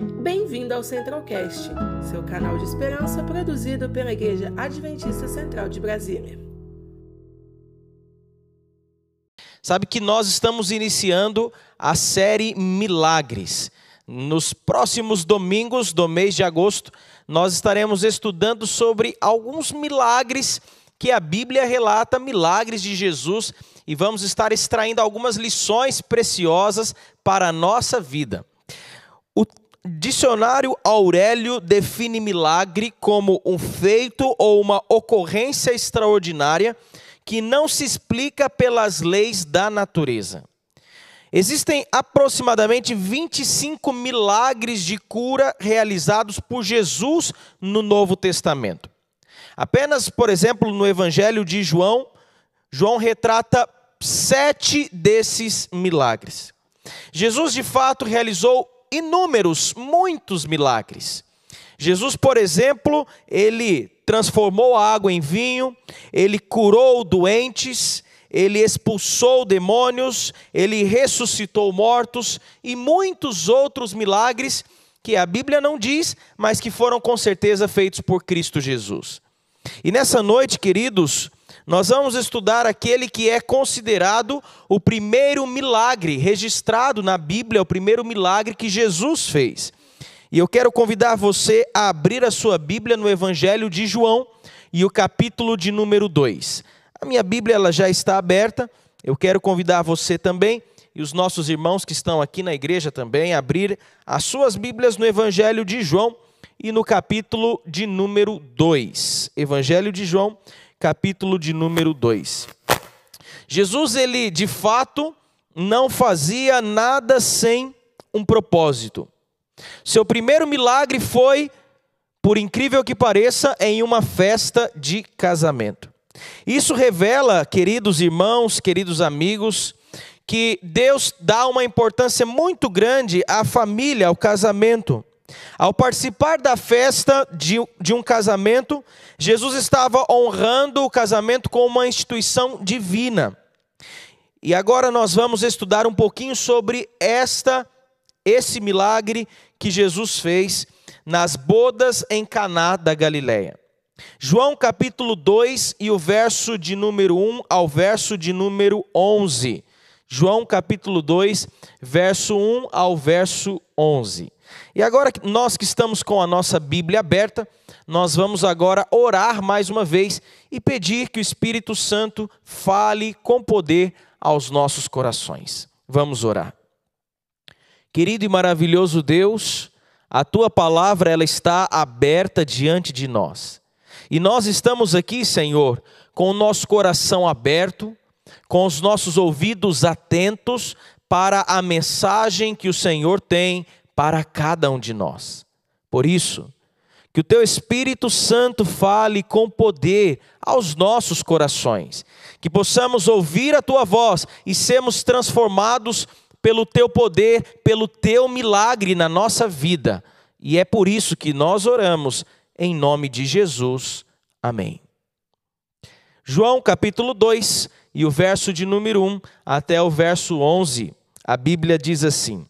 Bem-vindo ao Centralcast, seu canal de esperança produzido pela Igreja Adventista Central de Brasília. Sabe que nós estamos iniciando a série Milagres. Nos próximos domingos do mês de agosto, nós estaremos estudando sobre alguns milagres que a Bíblia relata, milagres de Jesus, e vamos estar extraindo algumas lições preciosas para a nossa vida. O dicionário Aurélio define milagre como um feito ou uma ocorrência extraordinária que não se explica pelas leis da natureza. Existem aproximadamente 25 milagres de cura realizados por Jesus no Novo Testamento. Apenas, por exemplo, no Evangelho de João, João retrata 7 desses milagres. Jesus, de fato, realizou muitos milagres. Jesus, por exemplo, ele transformou a água em vinho, ele curou doentes, ele expulsou demônios, ele ressuscitou mortos e muitos outros milagres que a Bíblia não diz, mas que foram com certeza feitos por Cristo Jesus. E nessa noite, queridos, nós vamos estudar aquele que é considerado o primeiro milagre registrado na Bíblia, o primeiro milagre que Jesus fez. E eu quero convidar você a abrir a sua Bíblia no Evangelho de João e o capítulo de número 2. A minha Bíblia ela já está aberta, eu quero convidar você também e os nossos irmãos que estão aqui na igreja também a abrir as suas Bíblias no Evangelho de João e no capítulo de número 2. Evangelho de João, capítulo de número 2. Jesus, ele de fato não fazia nada sem um propósito. Seu primeiro milagre foi, por incrível que pareça, em uma festa de casamento. Isso revela, queridos irmãos, queridos amigos, que Deus dá uma importância muito grande à família, ao casamento. Ao participar da festa de um casamento, Jesus estava honrando o casamento como uma instituição divina. E agora nós vamos estudar um pouquinho sobre esse milagre que Jesus fez nas bodas em Caná da Galileia. João capítulo 2 e o verso de número 1 ao verso de número 11. João capítulo 2, verso 1 ao verso 11. E agora nós que estamos com a nossa Bíblia aberta, nós vamos agora orar mais uma vez e pedir que o Espírito Santo fale com poder aos nossos corações. Vamos orar. Querido e maravilhoso Deus, a Tua palavra ela está aberta diante de nós. E nós estamos aqui, Senhor, com o nosso coração aberto, com os nossos ouvidos atentos para a mensagem que o Senhor tem para cada um de nós. Por isso, que o Teu Espírito Santo fale com poder aos nossos corações, que possamos ouvir a Tua voz e sermos transformados pelo Teu poder, pelo Teu milagre na nossa vida. E é por isso que nós oramos em nome de Jesus. Amém. João capítulo 2 e o verso de número 1 até o verso 11, a Bíblia diz assim: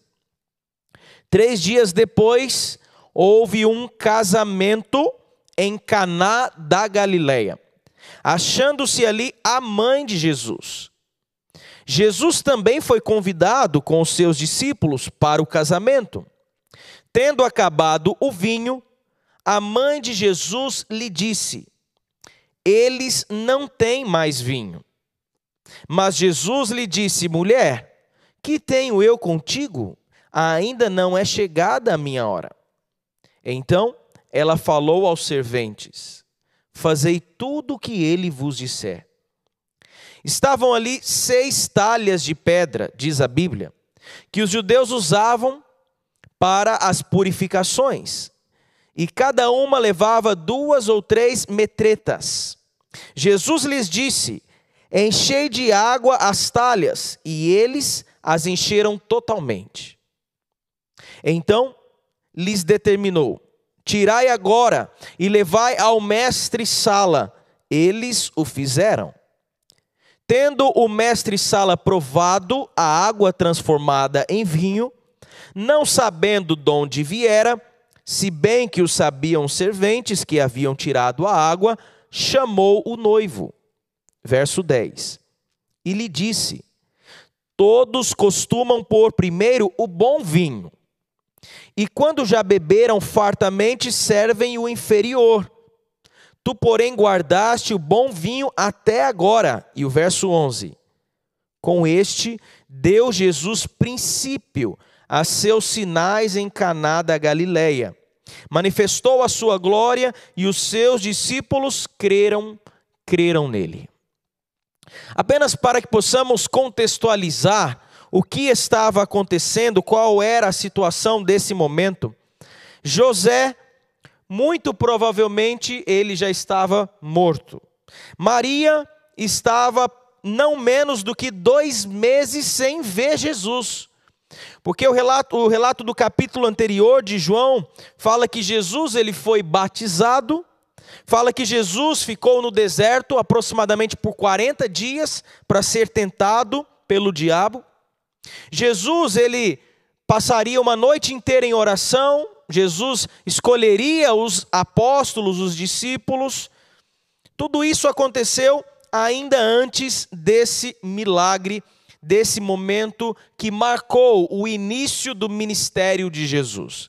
3 dias depois, houve um casamento em Caná da Galileia, achando-se ali a mãe de Jesus. Jesus também foi convidado com os seus discípulos para o casamento. Tendo acabado o vinho, a mãe de Jesus lhe disse: eles não têm mais vinho. Mas Jesus lhe disse: mulher, que tenho eu contigo? Ainda não é chegada a minha hora. Então ela falou aos serventes: fazei tudo o que ele vos disser. Estavam ali 6 talhas de pedra, diz a Bíblia, que os judeus usavam para as purificações, e cada uma levava 2 ou 3 metretas. Jesus lhes disse: enchei de água as talhas, e eles as encheram totalmente. Então lhes determinou: tirai agora e levai ao mestre-sala. Eles o fizeram. Tendo o mestre-sala provado a água transformada em vinho, Não sabendo de onde viera, se bem que o sabiam os serventes que haviam tirado a água, chamou o noivo. Verso 10. E lhe disse: todos costumam pôr primeiro o bom vinho, e quando já beberam fartamente, servem o inferior. Tu, porém, guardaste o bom vinho até agora. E o verso 11. Com este, deu Jesus princípio a seus sinais em Caná da Galileia. Manifestou a sua glória e os seus discípulos creram nele. Apenas para que possamos contextualizar o que estava acontecendo, qual era a situação desse momento, José, muito provavelmente, ele já estava morto. Maria estava não menos do que 2 meses sem ver Jesus. Porque o relato do capítulo anterior de João fala que Jesus ele foi batizado, fala que Jesus ficou no deserto aproximadamente por 40 dias para ser tentado pelo diabo. Jesus ele passaria uma noite inteira em oração, Jesus escolheria os apóstolos, os discípulos. Tudo isso aconteceu ainda antes desse milagre, desse momento que marcou o início do ministério de Jesus.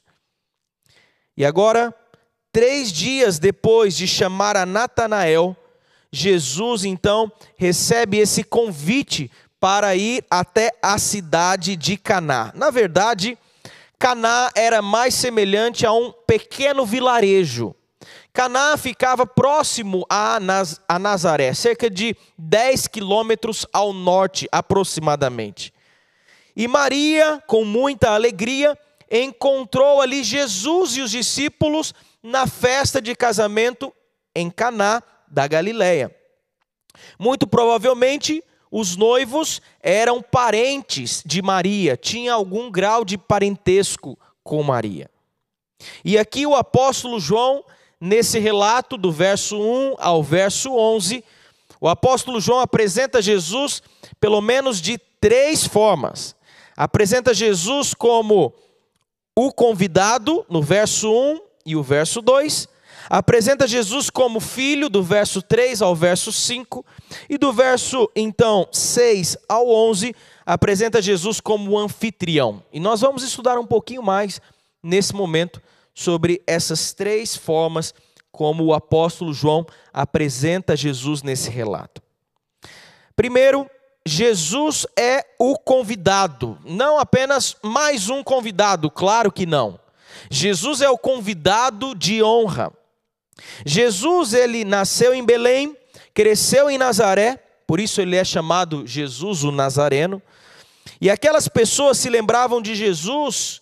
E agora, 3 dias depois de chamar a Natanael, Jesus então recebe esse convite para ir até a cidade de Caná. Na verdade, Caná era mais semelhante a um pequeno vilarejo. Caná ficava próximo a Nazaré, cerca de 10 quilômetros ao norte aproximadamente. E Maria, com muita alegria, encontrou ali Jesus e os discípulos na festa de casamento em Caná da Galileia. Muito provavelmente, os noivos eram parentes de Maria, tinha algum grau de parentesco com Maria. E aqui o apóstolo João, nesse relato do verso 1 ao verso 11, o apóstolo João apresenta Jesus pelo menos de 3 formas. Apresenta Jesus como o convidado, no verso 1 e o verso 2. Apresenta Jesus como filho, do verso 3 ao verso 5. E do verso, então, 6 ao 11, apresenta Jesus como anfitrião. E nós vamos estudar um pouquinho mais, nesse momento, sobre essas 3 formas como o apóstolo João apresenta Jesus nesse relato. Primeiro, Jesus é o convidado, não apenas mais um convidado, claro que não. Jesus é o convidado de honra. Jesus, ele nasceu em Belém, cresceu em Nazaré, por isso ele é chamado Jesus o Nazareno. E aquelas pessoas se lembravam de Jesus,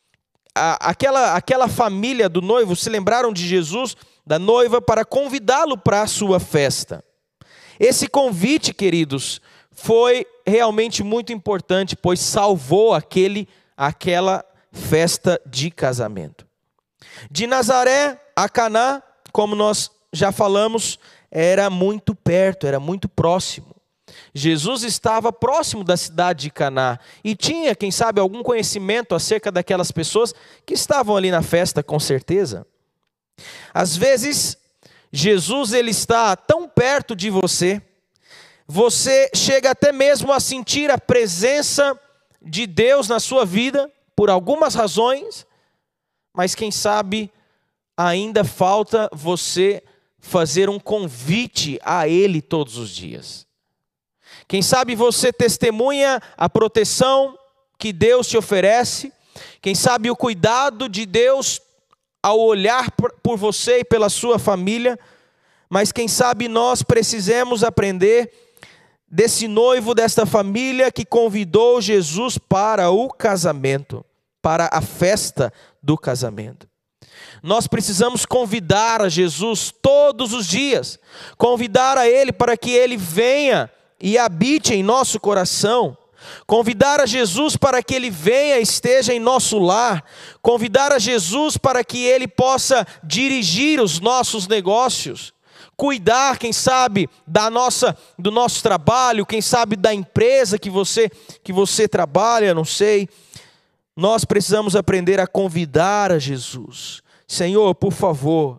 aquela família do noivo se lembraram de Jesus, da noiva, para convidá-lo para a sua festa. Esse convite, queridos, foi realmente muito importante, pois salvou aquela festa de casamento. De Nazaré a Caná, como nós já falamos, era muito perto, era muito próximo. Jesus estava próximo da cidade de Caná e tinha, quem sabe, algum conhecimento acerca daquelas pessoas que estavam ali na festa, com certeza. Às vezes, Jesus ele está tão perto de você, você chega até mesmo a sentir a presença de Deus na sua vida, por algumas razões, mas quem sabe ainda falta você fazer um convite a Ele todos os dias. Quem sabe você testemunha a proteção que Deus te oferece, quem sabe o cuidado de Deus ao olhar por você e pela sua família, mas quem sabe nós precisamos aprender desse noivo, desta família que convidou Jesus para o casamento, para a festa do casamento. Nós precisamos convidar a Jesus todos os dias, convidar a Ele para que Ele venha e habite em nosso coração, convidar a Jesus para que Ele venha e esteja em nosso lar, convidar a Jesus para que Ele possa dirigir os nossos negócios, cuidar, quem sabe, do nosso trabalho, quem sabe da empresa que você trabalha, não sei. nós precisamos aprender a convidar a Jesus. Senhor, por favor,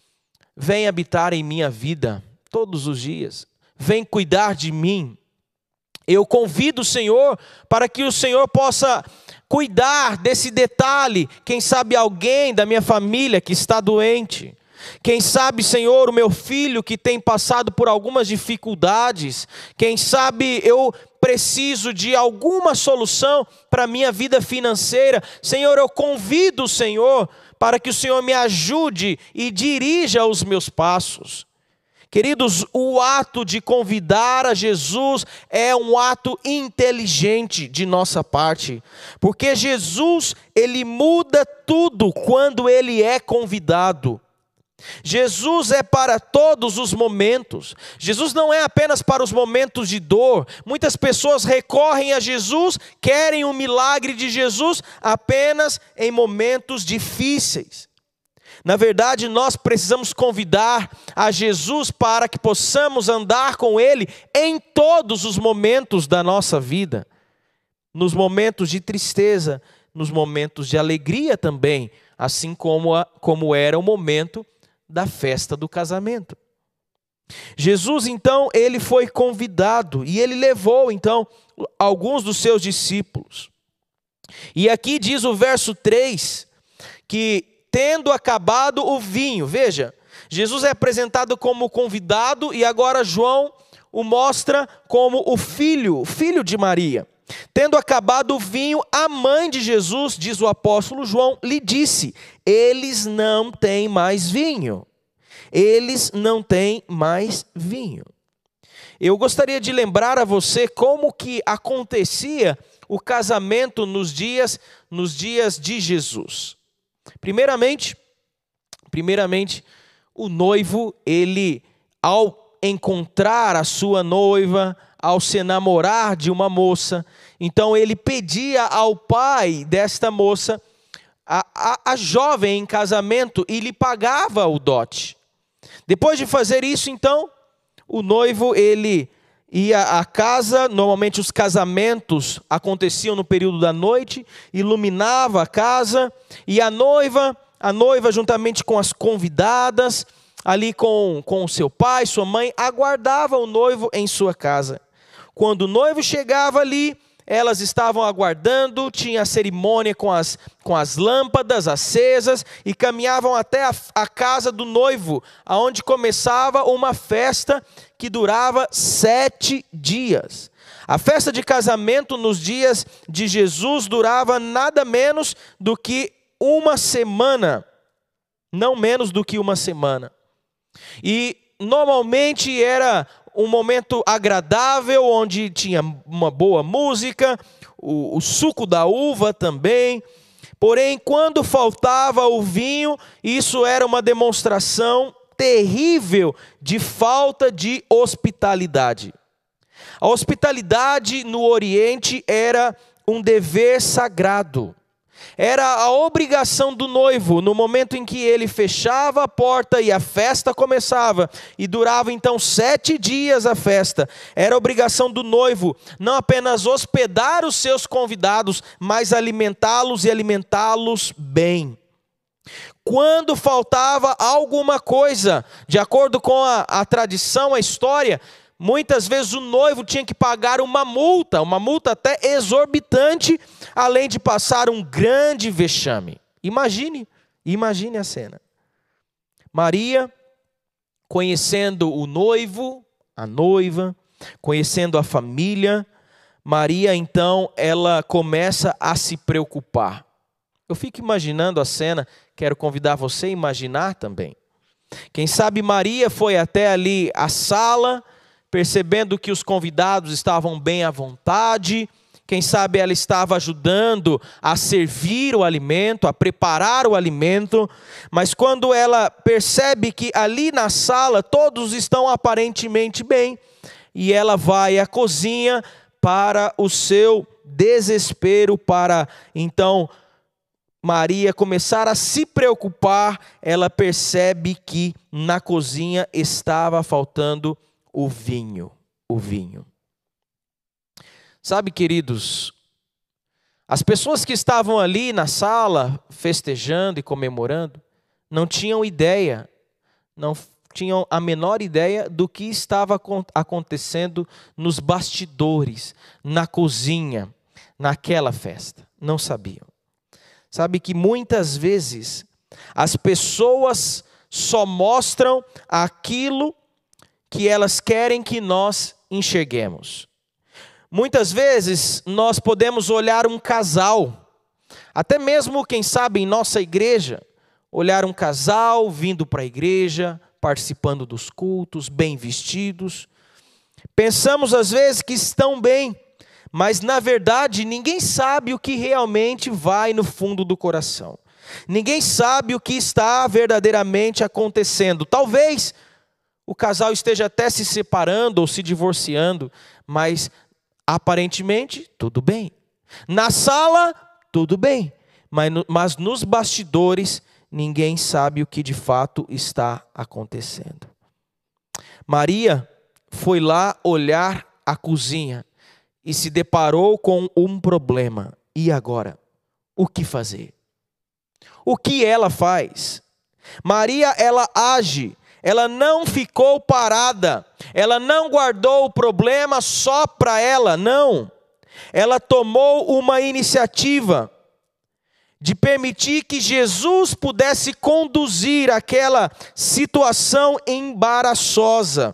vem habitar em minha vida todos os dias. Vem cuidar de mim. Eu convido o Senhor para que o Senhor possa cuidar desse detalhe. Quem sabe alguém da minha família que está doente. Quem sabe, Senhor, o meu filho que tem passado por algumas dificuldades. Quem sabe eu preciso de alguma solução para a minha vida financeira. Senhor, eu convido o Senhor para que o Senhor me ajude e dirija os meus passos. Queridos, o ato de convidar a Jesus é um ato inteligente de nossa parte, porque Jesus, ele muda tudo quando ele é convidado. Jesus é para todos os momentos. Jesus não é apenas para os momentos de dor. Muitas pessoas recorrem a Jesus, querem um milagre de Jesus apenas em momentos difíceis. Na verdade, nós precisamos convidar a Jesus para que possamos andar com Ele em todos os momentos da nossa vida. Nos momentos de tristeza, nos momentos de alegria também, assim como era o momento da festa do casamento. Jesus, então, ele foi convidado e ele levou, então, alguns dos seus discípulos. E aqui diz o verso 3, que tendo acabado o vinho, veja, Jesus é apresentado como convidado e agora João o mostra como o filho de Maria. Tendo acabado o vinho, a mãe de Jesus, diz o apóstolo João, lhe disse: eles não têm mais vinho. Eles não têm mais vinho. Eu gostaria de lembrar a você como que acontecia o casamento nos dias de Jesus. Primeiramente, o noivo, ele, ao encontrar a sua noiva, ao se enamorar de uma moça, então ele pedia ao pai desta moça a jovem em casamento e lhe pagava o dote. Depois de fazer isso, então, o noivo ele ia à casa. Normalmente os casamentos aconteciam no período da noite, iluminava a casa, e a noiva juntamente com as convidadas, ali com o seu pai, sua mãe, aguardava o noivo em sua casa. Quando o noivo chegava ali, elas estavam aguardando, tinha a cerimônia com as lâmpadas acesas e caminhavam até a casa do noivo, aonde começava uma festa que durava 7 dias. A festa de casamento nos dias de Jesus durava nada menos do que uma semana, não menos do que uma semana. E normalmente era um momento agradável, onde tinha uma boa música, o suco da uva também. Porém, quando faltava o vinho, isso era uma demonstração terrível de falta de hospitalidade. A hospitalidade no Oriente era um dever sagrado. Era a obrigação do noivo, no momento em que ele fechava a porta e a festa começava, e durava então 7 dias a festa. Era obrigação do noivo não apenas hospedar os seus convidados, mas alimentá-los e alimentá-los bem. Quando faltava alguma coisa, de acordo com a tradição, a história, muitas vezes o noivo tinha que pagar uma multa até exorbitante, além de passar um grande vexame. Imagine a cena. Maria, conhecendo o noivo, a noiva, conhecendo a família, Maria então, ela começa a se preocupar. Eu fico imaginando a cena, quero convidar você a imaginar também. Quem sabe Maria foi até ali a sala, percebendo que os convidados estavam bem à vontade. Quem sabe ela estava ajudando a servir o alimento, a preparar o alimento. Mas quando ela percebe que ali na sala todos estão aparentemente bem, e ela vai à cozinha para o seu desespero, para então Maria começar a se preocupar, ela percebe que na cozinha estava faltando o vinho. Sabe, queridos, As pessoas que estavam ali na sala, festejando e comemorando, não tinham ideia, não tinham a menor ideia do que estava acontecendo nos bastidores, na cozinha, naquela festa. Não sabiam. Sabe que muitas vezes as pessoas só mostram aquilo que elas querem que nós enxerguemos. Muitas vezes nós podemos olhar um casal, até mesmo, quem sabe, em nossa igreja, olhar um casal vindo para a igreja, participando dos cultos, bem vestidos. Pensamos às vezes que estão bem, mas na verdade ninguém sabe o que realmente vai no fundo do coração. Ninguém sabe o que está verdadeiramente acontecendo. Talvez o casal esteja até se separando ou se divorciando, mas aparentemente tudo bem. Na sala, tudo bem, mas nos bastidores, ninguém sabe o que de fato está acontecendo. Maria foi lá olhar a cozinha e se deparou com um problema. E agora? O que fazer? O que ela faz? Maria, ela age, ela não ficou parada, ela não guardou o problema só para ela, não. Ela tomou uma iniciativa de permitir que Jesus pudesse conduzir aquela situação embaraçosa.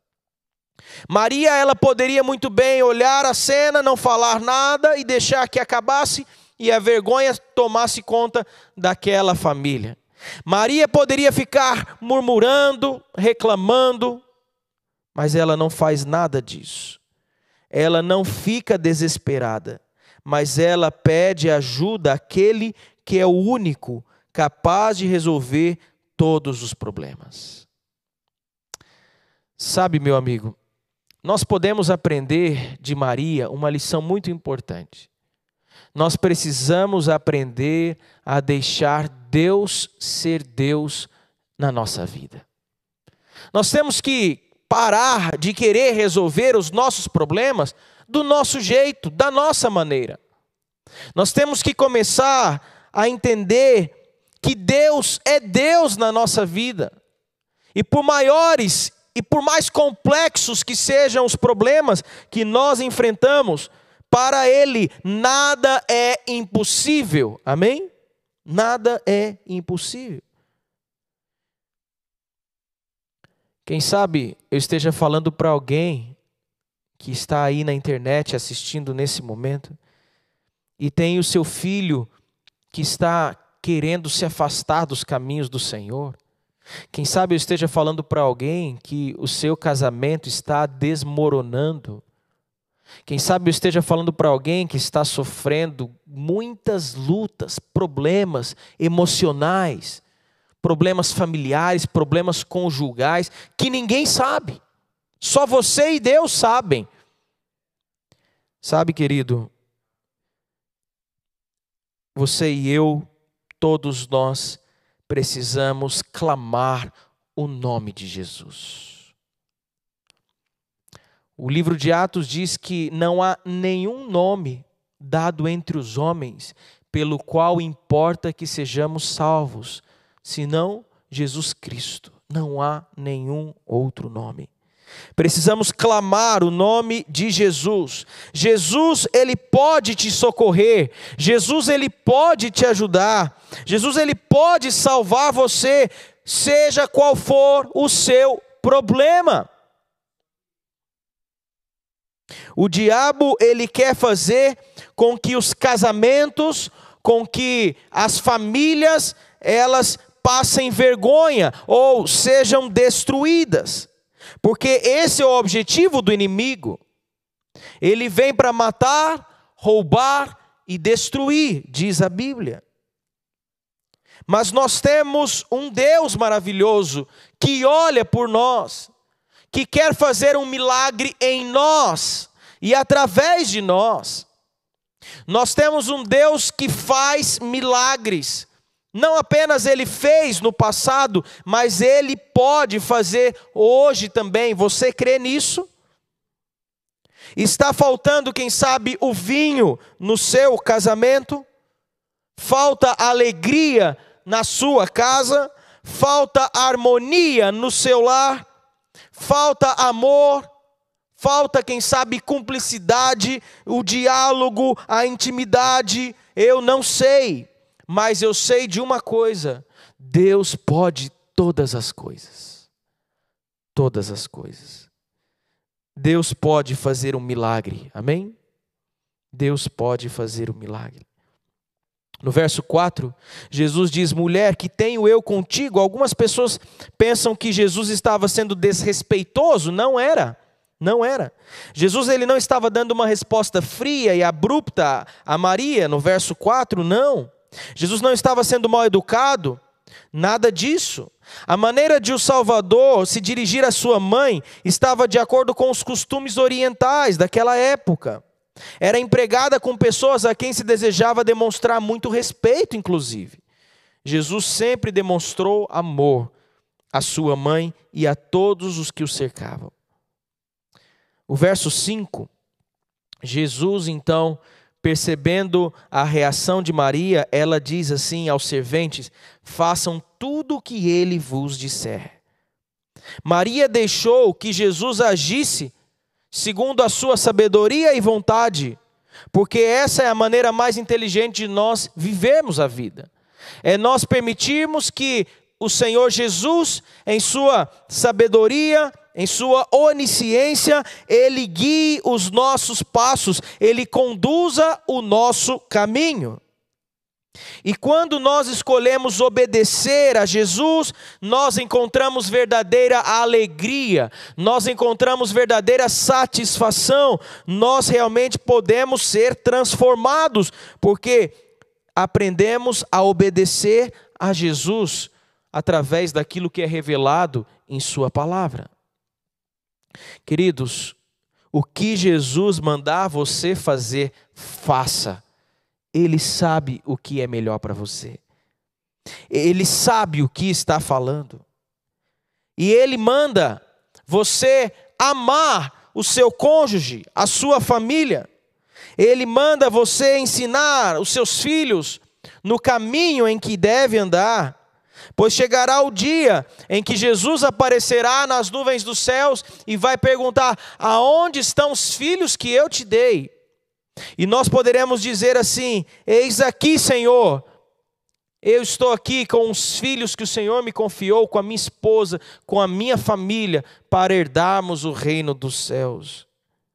Maria, ela poderia muito bem olhar a cena, não falar nada e deixar que acabasse e a vergonha tomasse conta daquela família. Maria poderia ficar murmurando, reclamando, mas ela não faz nada disso. Ela não fica desesperada, mas ela pede ajuda àquele que é o único capaz de resolver todos os problemas. Sabe, meu amigo, nós podemos aprender de Maria uma lição muito importante. Nós precisamos aprender a deixar Deus ser Deus na nossa vida. Nós temos que parar de querer resolver os nossos problemas do nosso jeito, da nossa maneira. Nós temos que começar a entender que Deus é Deus na nossa vida. E por maiores e por mais complexos que sejam os problemas que nós enfrentamos, para Ele nada é impossível. Amém? Nada é impossível. Quem sabe eu esteja falando para alguém que está aí na internet assistindo nesse momento e tem o seu filho que está querendo se afastar dos caminhos do Senhor. Quem sabe eu esteja falando para alguém que o seu casamento está desmoronando. Quem sabe eu esteja falando para alguém que está sofrendo muitas lutas, problemas emocionais, problemas familiares, problemas conjugais, que ninguém sabe. Só você e Deus sabem. Sabe, querido, você e eu, todos nós, precisamos clamar o nome de Jesus. O livro de Atos diz que não há nenhum nome dado entre os homens pelo qual importa que sejamos salvos, senão Jesus Cristo. Não há nenhum outro nome. Precisamos clamar o nome de Jesus. Jesus, Ele pode te socorrer. Jesus, Ele pode te ajudar. Jesus, Ele pode salvar você, seja qual for o seu problema. O diabo, ele quer fazer com que os casamentos, com que as famílias, elas passem vergonha ou sejam destruídas. Porque esse é o objetivo do inimigo. Ele vem para matar, roubar e destruir, diz a Bíblia. Mas nós temos um Deus maravilhoso que olha por nós, que quer fazer um milagre em nós e através de nós. Nós temos um Deus que faz milagres. Não apenas Ele fez no passado, mas Ele pode fazer hoje também. Você crê nisso? Está faltando, quem sabe, o vinho no seu casamento? Falta alegria na sua casa? Falta harmonia no seu lar? Falta amor? Falta, quem sabe, cumplicidade, o diálogo, a intimidade? Eu não sei, mas eu sei de uma coisa: Deus pode todas as coisas. Todas as coisas. Deus pode fazer um milagre, amém? Deus pode fazer um milagre. No verso 4, Jesus diz: mulher, que tenho eu contigo? Algumas pessoas pensam que Jesus estava sendo desrespeitoso. Não era. Jesus, ele não estava dando uma resposta fria e abrupta a Maria, no verso 4, não. Jesus não estava sendo mal educado, nada disso. A maneira de o Salvador se dirigir à sua mãe estava de acordo com os costumes orientais daquela época. Era empregada com pessoas a quem se desejava demonstrar muito respeito, inclusive. Jesus sempre demonstrou amor à sua mãe e a todos os que o cercavam. O verso 5, Jesus então, percebendo a reação de Maria, ela diz assim aos serventes: façam tudo o que ele vos disser. Maria deixou que Jesus agisse segundo a sua sabedoria e vontade, porque essa é a maneira mais inteligente de nós vivermos a vida. É nós permitirmos que o Senhor Jesus, em sua sabedoria, em sua onisciência, Ele guie os nossos passos, Ele conduza o nosso caminho. E quando nós escolhemos obedecer a Jesus, nós encontramos verdadeira alegria, nós encontramos verdadeira satisfação, nós realmente podemos ser transformados, porque aprendemos a obedecer a Jesus através daquilo que é revelado em sua palavra. Queridos, o que Jesus mandar você fazer, faça. Ele sabe o que é melhor para você. Ele sabe o que está falando. E Ele manda você amar o seu cônjuge, a sua família. Ele manda você ensinar os seus filhos no caminho em que deve andar. Pois chegará o dia em que Jesus aparecerá nas nuvens dos céus e vai perguntar: aonde estão os filhos que eu te dei? E nós poderemos dizer assim: eis aqui, Senhor, eu estou aqui com os filhos que o Senhor me confiou, com a minha esposa, com a minha família, para herdarmos o reino dos céus.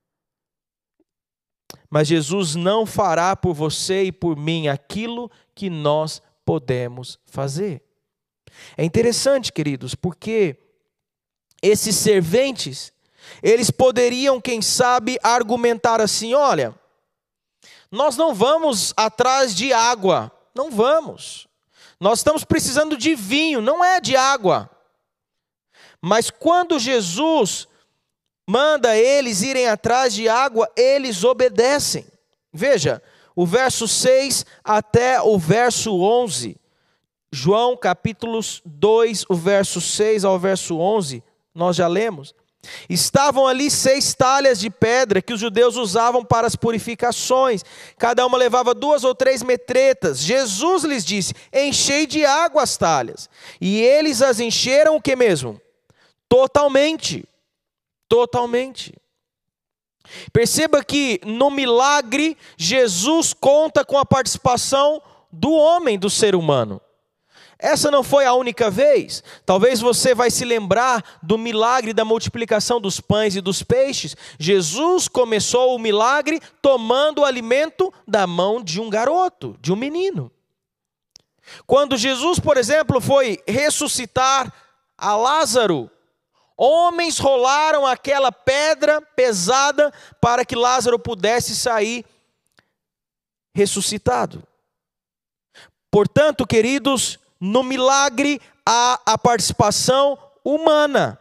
Mas Jesus não fará por você e por mim aquilo que nós podemos fazer. É interessante, queridos, porque esses serventes, eles poderiam, quem sabe, argumentar assim: olha, nós não vamos atrás de água, não vamos. Nós estamos precisando de vinho, não é de água. Mas quando Jesus manda eles irem atrás de água, eles obedecem. Veja, o verso 6 até o verso 11. João capítulo 2, o verso 6 ao verso 11, nós já lemos. Estavam ali 6 talhas de pedra que os judeus usavam para as purificações. Cada uma levava 2 ou 3 metretas. Jesus lhes disse: enchei de água as talhas. E eles as encheram o que mesmo? Totalmente. Totalmente. Perceba que no milagre, Jesus conta com a participação do homem, do ser humano. Essa não foi a única vez. Talvez você vai se lembrar do milagre da multiplicação dos pães e dos peixes. Jesus começou o milagre tomando o alimento da mão de um garoto, de um menino. Quando Jesus, por exemplo, foi ressuscitar a Lázaro, homens rolaram aquela pedra pesada para que Lázaro pudesse sair ressuscitado. Portanto, queridos, no milagre há a participação humana.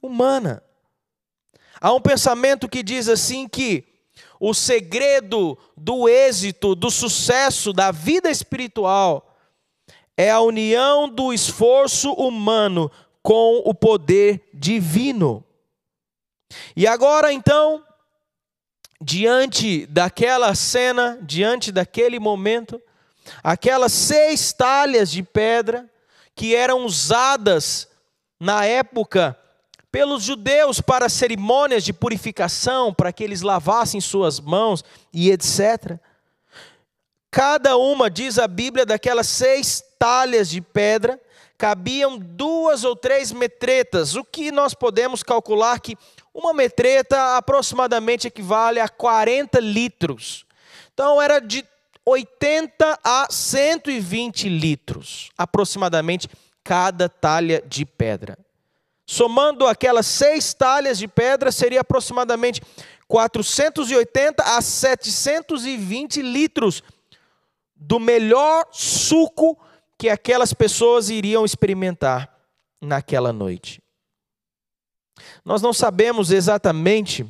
Há um pensamento que diz assim que o segredo do êxito, do sucesso da vida espiritual é a união do esforço humano com o poder divino. E agora então, diante daquela cena, diante daquele momento, aquelas 6 talhas de pedra que eram usadas na época pelos judeus para cerimônias de purificação, para que eles lavassem suas mãos e etc. Cada uma, diz a Bíblia, daquelas 6 talhas de pedra, cabiam 2 ou 3 metretas, o que nós podemos calcular que uma metreta aproximadamente equivale a 40 litros. Então era de 80 a 120 litros, aproximadamente, cada talha de pedra. Somando aquelas 6 talhas de pedra, seria aproximadamente 480 a 720 litros do melhor suco que aquelas pessoas iriam experimentar naquela noite. Nós não sabemos exatamente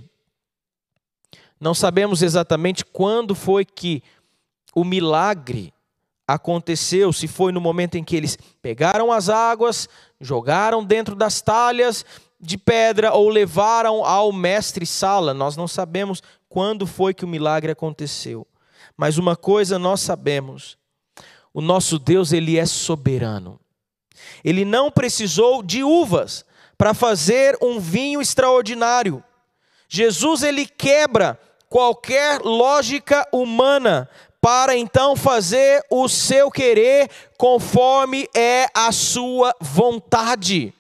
quando foi que o milagre aconteceu, se foi no momento em que eles pegaram as águas, jogaram dentro das talhas de pedra ou levaram ao mestre-sala. Nós não sabemos quando foi que o milagre aconteceu. Mas uma coisa nós sabemos: o nosso Deus, Ele é soberano. Ele não precisou de uvas para fazer um vinho extraordinário. Jesus, Ele quebra qualquer lógica humana para então fazer o seu querer conforme é a sua vontade.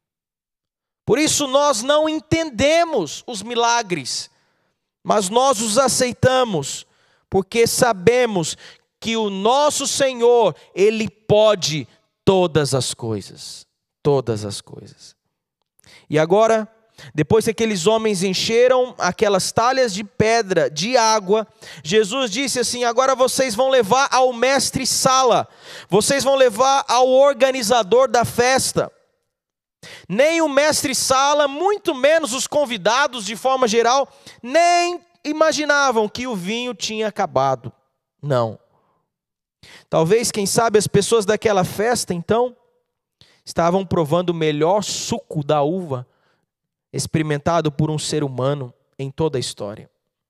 Por isso nós não entendemos os milagres, mas nós os aceitamos, porque sabemos que o nosso Senhor, Ele pode todas as coisas. Todas as coisas. E agora, depois que aqueles homens encheram aquelas talhas de pedra, de água, Jesus disse assim: agora vocês vão levar ao mestre-sala, vocês vão levar ao organizador da festa. Nem o mestre-sala, muito menos os convidados de forma geral, nem imaginavam que o vinho tinha acabado. Não. Talvez, quem sabe, as pessoas daquela festa, então, estavam provando o melhor suco da uva experimentado por um ser humano em toda a história.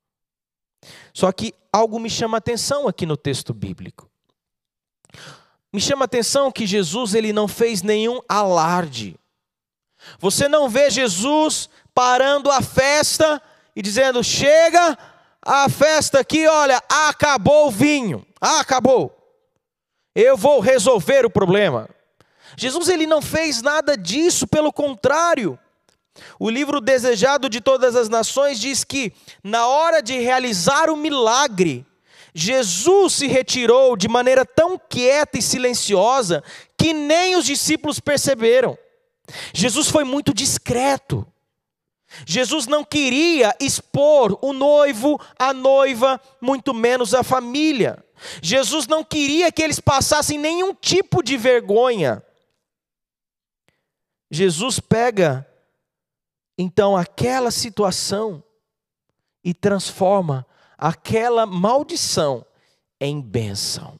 Só que algo me chama a atenção aqui no texto bíblico. Me chama a atenção que Jesus, Ele não fez nenhum alarde. Você não vê Jesus parando a festa e dizendo: chega, a festa aqui, olha, acabou o vinho, acabou. Eu vou resolver o problema. Jesus, Ele não fez nada disso, pelo contrário. O livro Desejado de Todas as Nações diz que, na hora de realizar o milagre, Jesus se retirou de maneira tão quieta e silenciosa que nem os discípulos perceberam. Jesus foi muito discreto. Jesus não queria expor o noivo, a noiva, muito menos a família. Jesus não queria que eles passassem nenhum tipo de vergonha. Jesus pega então aquela situação e transforma aquela maldição em bênção.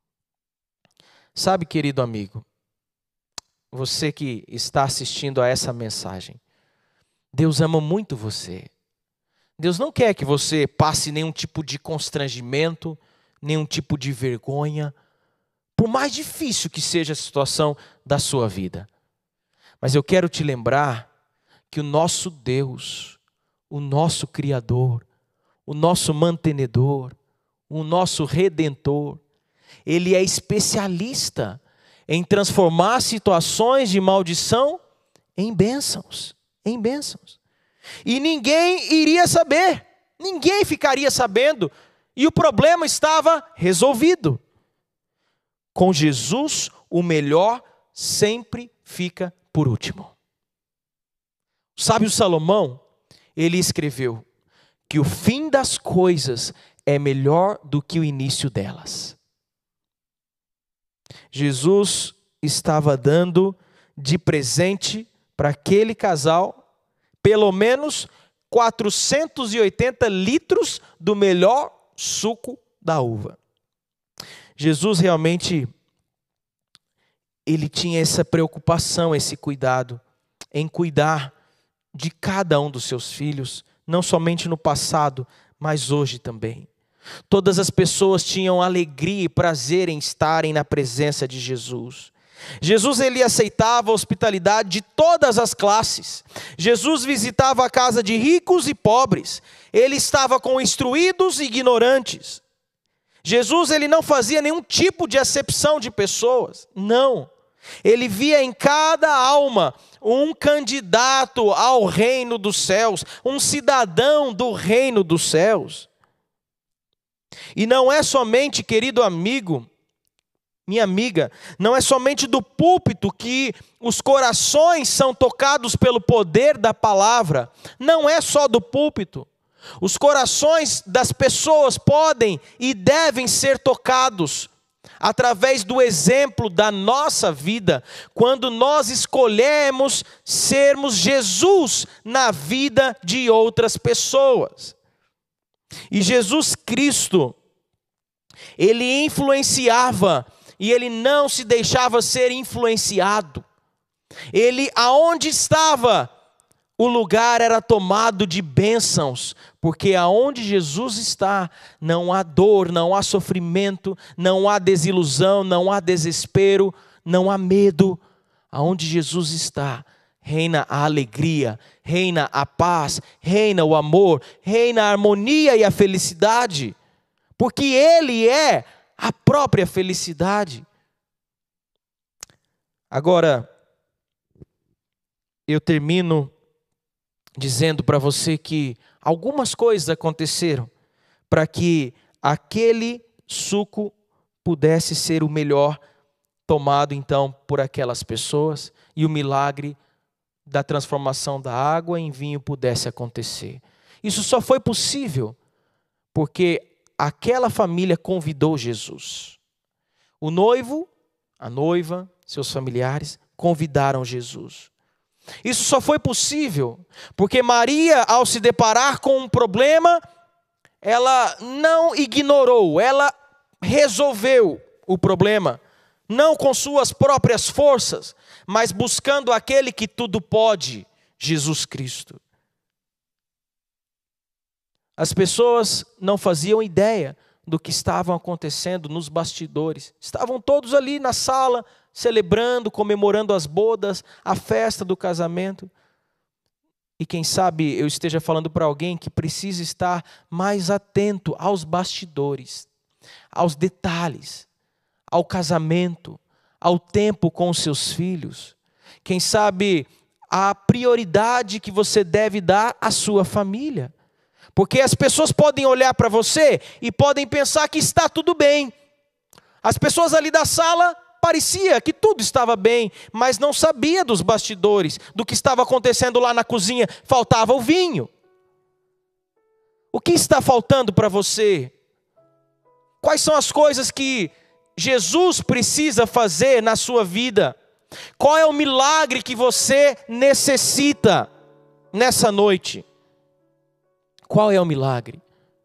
Sabe, querido amigo, você que está assistindo a essa mensagem, Deus ama muito você. Deus não quer que você passe nenhum tipo de constrangimento, nenhum tipo de vergonha, por mais difícil que seja a situação da sua vida. Mas eu quero te lembrar que o nosso Deus, o nosso Criador, o nosso mantenedor, o nosso Redentor, Ele é especialista em transformar situações de maldição em bênçãos, em bênçãos. E ninguém iria saber, ninguém ficaria sabendo, e o problema estava resolvido. Com Jesus, o melhor sempre fica por último. O sábio Salomão, ele escreveu que o fim das coisas é melhor do que o início delas. Jesus estava dando de presente para aquele casal pelo menos 480 litros do melhor suco da uva. Jesus realmente, ele tinha essa preocupação, esse cuidado em cuidar de cada um dos seus filhos, não somente no passado, mas hoje também. Todas as pessoas tinham alegria e prazer em estarem na presença de Jesus. Jesus, ele aceitava a hospitalidade de todas as classes. Jesus visitava a casa de ricos e pobres. Ele estava com instruídos e ignorantes. Jesus, ele não fazia nenhum tipo de acepção de pessoas. Não. Ele via em cada alma um candidato ao reino dos céus, um cidadão do reino dos céus. E não é somente, querido amigo, minha amiga, não é somente do púlpito que os corações são tocados pelo poder da palavra. Não é só do púlpito. Os corações das pessoas podem e devem ser tocados através do exemplo da nossa vida, quando nós escolhemos sermos Jesus na vida de outras pessoas. E Jesus Cristo, ele influenciava e ele não se deixava ser influenciado. Ele, aonde estava, o lugar era tomado de bênçãos, porque aonde Jesus está, não há dor, não há sofrimento, não há desilusão, não há desespero, não há medo. Aonde Jesus está, reina a alegria, reina a paz, reina o amor, reina a harmonia e a felicidade, porque Ele é a própria felicidade. Agora, eu termino dizendo para você que algumas coisas aconteceram para que aquele suco pudesse ser o melhor tomado então por aquelas pessoas e o milagre da transformação da água em vinho pudesse acontecer. Isso só foi possível porque aquela família convidou Jesus. O noivo, a noiva, seus familiares convidaram Jesus. Isso só foi possível porque Maria, ao se deparar com um problema, ela não ignorou, ela resolveu o problema, não com suas próprias forças, mas buscando aquele que tudo pode, Jesus Cristo. As pessoas não faziam ideia do que estavam acontecendo nos bastidores. Estavam todos ali na sala, celebrando, comemorando as bodas, a festa do casamento. E quem sabe eu esteja falando para alguém que precisa estar mais atento aos bastidores, aos detalhes, ao casamento, ao tempo com os seus filhos. Quem sabe a prioridade que você deve dar à sua família. Porque as pessoas podem olhar para você e podem pensar que está tudo bem. As pessoas ali da sala parecia que tudo estava bem, mas não sabia dos bastidores, do que estava acontecendo lá na cozinha. Faltava o vinho. O que está faltando para você? Quais são as coisas que Jesus precisa fazer na sua vida? Qual é o milagre que você necessita nessa noite? Qual é o milagre?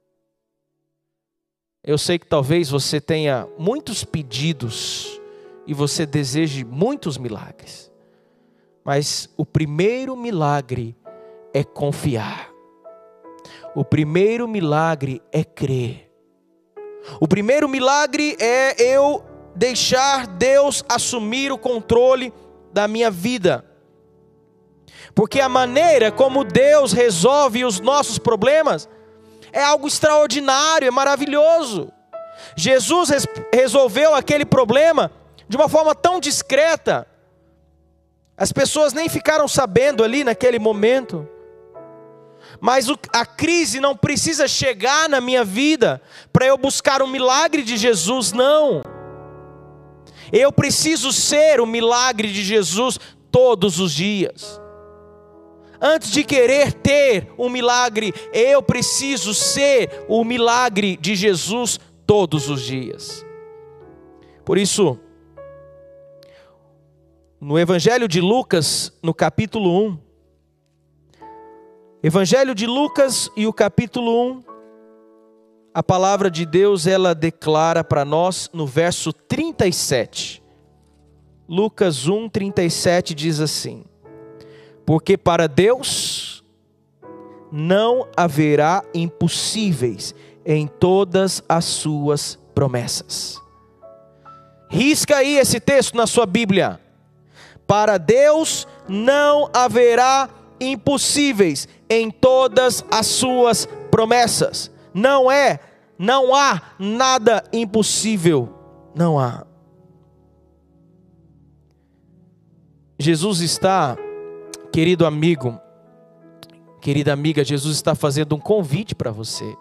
Eu sei que talvez você tenha muitos pedidos e você deseje muitos milagres. Mas o primeiro milagre é confiar. O primeiro milagre é crer. O primeiro milagre é eu deixar Deus assumir o controle da minha vida. Porque a maneira como Deus resolve os nossos problemas é algo extraordinário, é maravilhoso. Jesus resolveu aquele problema de uma forma tão discreta. As pessoas nem ficaram sabendo ali naquele momento. Mas a crise não precisa chegar na minha vida para eu buscar um milagre de Jesus, não. Eu preciso ser o milagre de Jesus todos os dias. Antes de querer ter um milagre, eu preciso ser o milagre de Jesus todos os dias. Por isso, no Evangelho de Lucas, no capítulo 1, Evangelho de Lucas e o capítulo 1, a palavra de Deus, ela declara para nós no verso 37. Lucas 1, 37 diz assim: porque para Deus não haverá impossíveis em todas as suas promessas. Risca aí esse texto na sua Bíblia. Para Deus não haverá impossíveis em todas as suas promessas. Não há nada impossível. Não há. Jesus está, querido amigo, querida amiga, Jesus está fazendo um convite para você.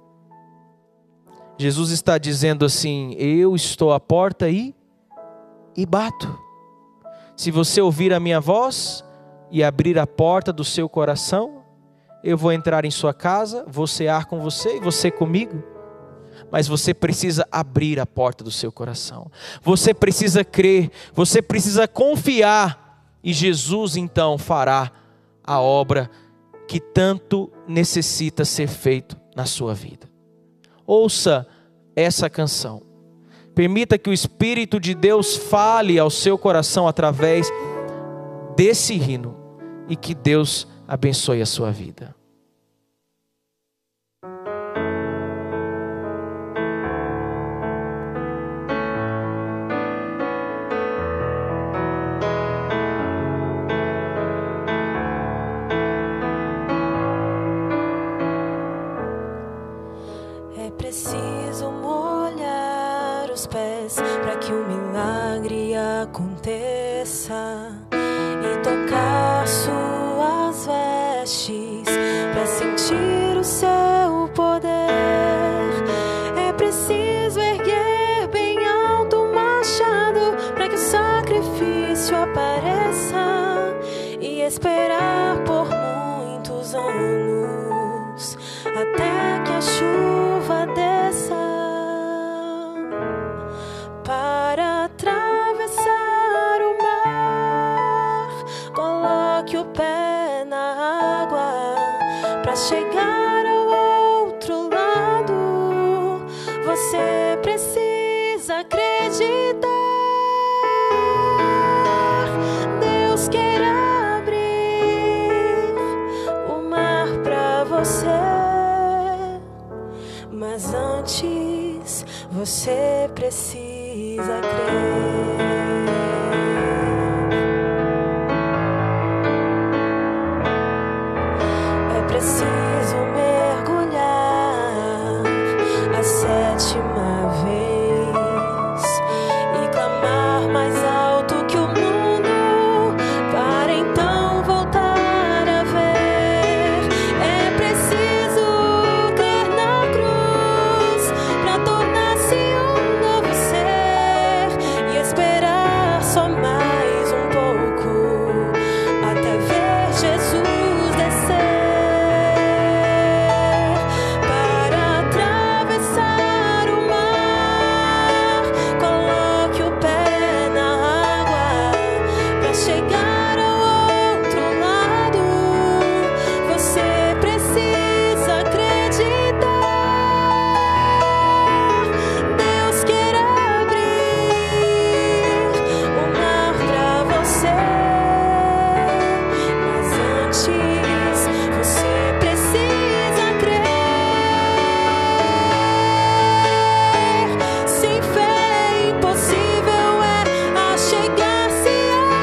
Jesus está dizendo assim: eu estou à porta e bato. Se você ouvir a minha voz e abrir a porta do seu coração, eu vou entrar em sua casa, vou cear com você e você comigo. Mas você precisa abrir a porta do seu coração. Você precisa crer, você precisa confiar. E Jesus então fará a obra que tanto necessita ser feito na sua vida. Ouça essa canção. Permita que o Espírito de Deus fale ao seu coração através desse hino. E que Deus abençoe a sua vida. É preciso molhar os pés para que o milagre aconteça e tocar suas vestes para sentir o seu poder. É preciso erguer bem alto o machado para que o sacrifício apareça e esperar por muitos anos até que a chuva desça. Para atravessar o mar, coloque o pé na água. Para chegar ao outro lado, você precisa acreditar. Deus quer abrir o mar para você. Mas antes você precisa crer. É preciso mergulhar a 7ª vez e clamar mais alto que o mundo para então voltar a ver. É preciso crer na cruz para tornar-se um novo ser e esperar só mais um pouco até ver Jesus descer. Para atravessar o mar, coloque o pé na água. Para chegar ao outro lado, você precisa acreditar. Deus quer abrir o mar pra você. Mas antes você precisa crer. Sem fé é impossível achegar-se a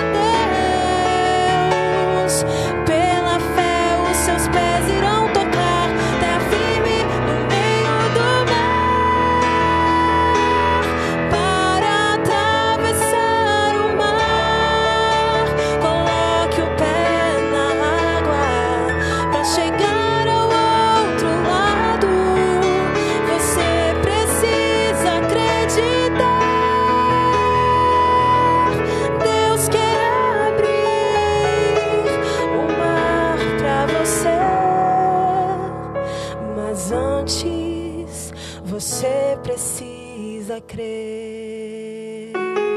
Deus. Pela fé os seus pés irão tocar terra firme no meio do mar. Para atravessar o mar, coloque o pé na água. Para chegar ao outro lado, você precisa acreditar. Deus quer abrir o mar para você. Mas antes você precisa crer.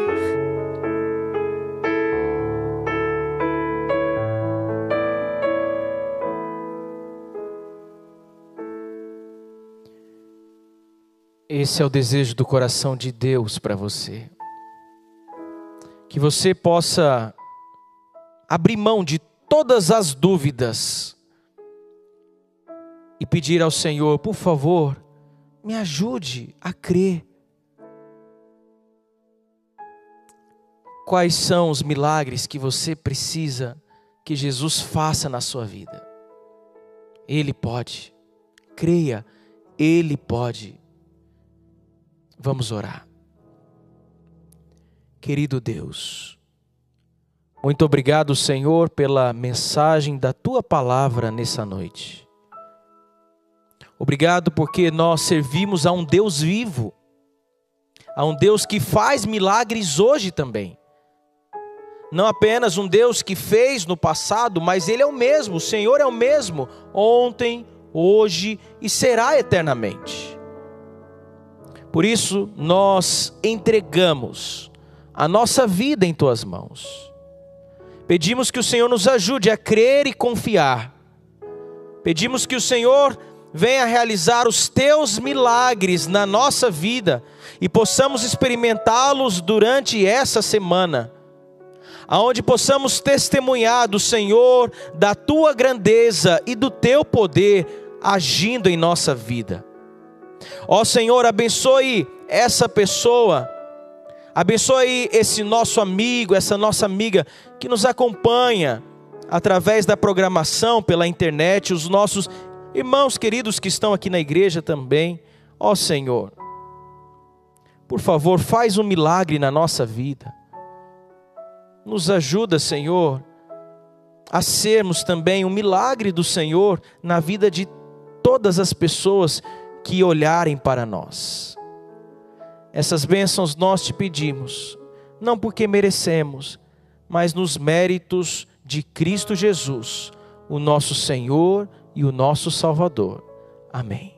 Esse é o desejo do coração de Deus para você. Que você possa abrir mão de todas as dúvidas e pedir ao Senhor, por favor, me ajude a crer. Quais são os milagres que você precisa que Jesus faça na sua vida? Ele pode. Creia, Ele pode. Vamos orar. Querido Deus, muito obrigado, Senhor, pela mensagem da Tua palavra nessa noite. Obrigado porque nós servimos a um Deus vivo, a um Deus que faz milagres hoje também. Não apenas um Deus que fez no passado, mas Ele é o mesmo, o Senhor é o mesmo, ontem, hoje e será eternamente. Por isso, nós entregamos a nossa vida em Tuas mãos. Pedimos que o Senhor nos ajude a crer e confiar. Pedimos que o Senhor venha realizar os Teus milagres na nossa vida e possamos experimentá-los durante essa semana, aonde possamos testemunhar do Senhor, da Tua grandeza e do Teu poder agindo em nossa vida. Ó Senhor, abençoe essa pessoa, abençoe esse nosso amigo, essa nossa amiga que nos acompanha através da programação pela internet, os nossos irmãos queridos que estão aqui na igreja também. Ó Senhor, por favor, faz um milagre na nossa vida. Nos ajuda, Senhor, a sermos também um milagre do Senhor na vida de todas as pessoas que olharem para nós. Essas bênçãos nós te pedimos, não porque merecemos, mas nos méritos de Cristo Jesus, o nosso Senhor e o nosso Salvador. Amém.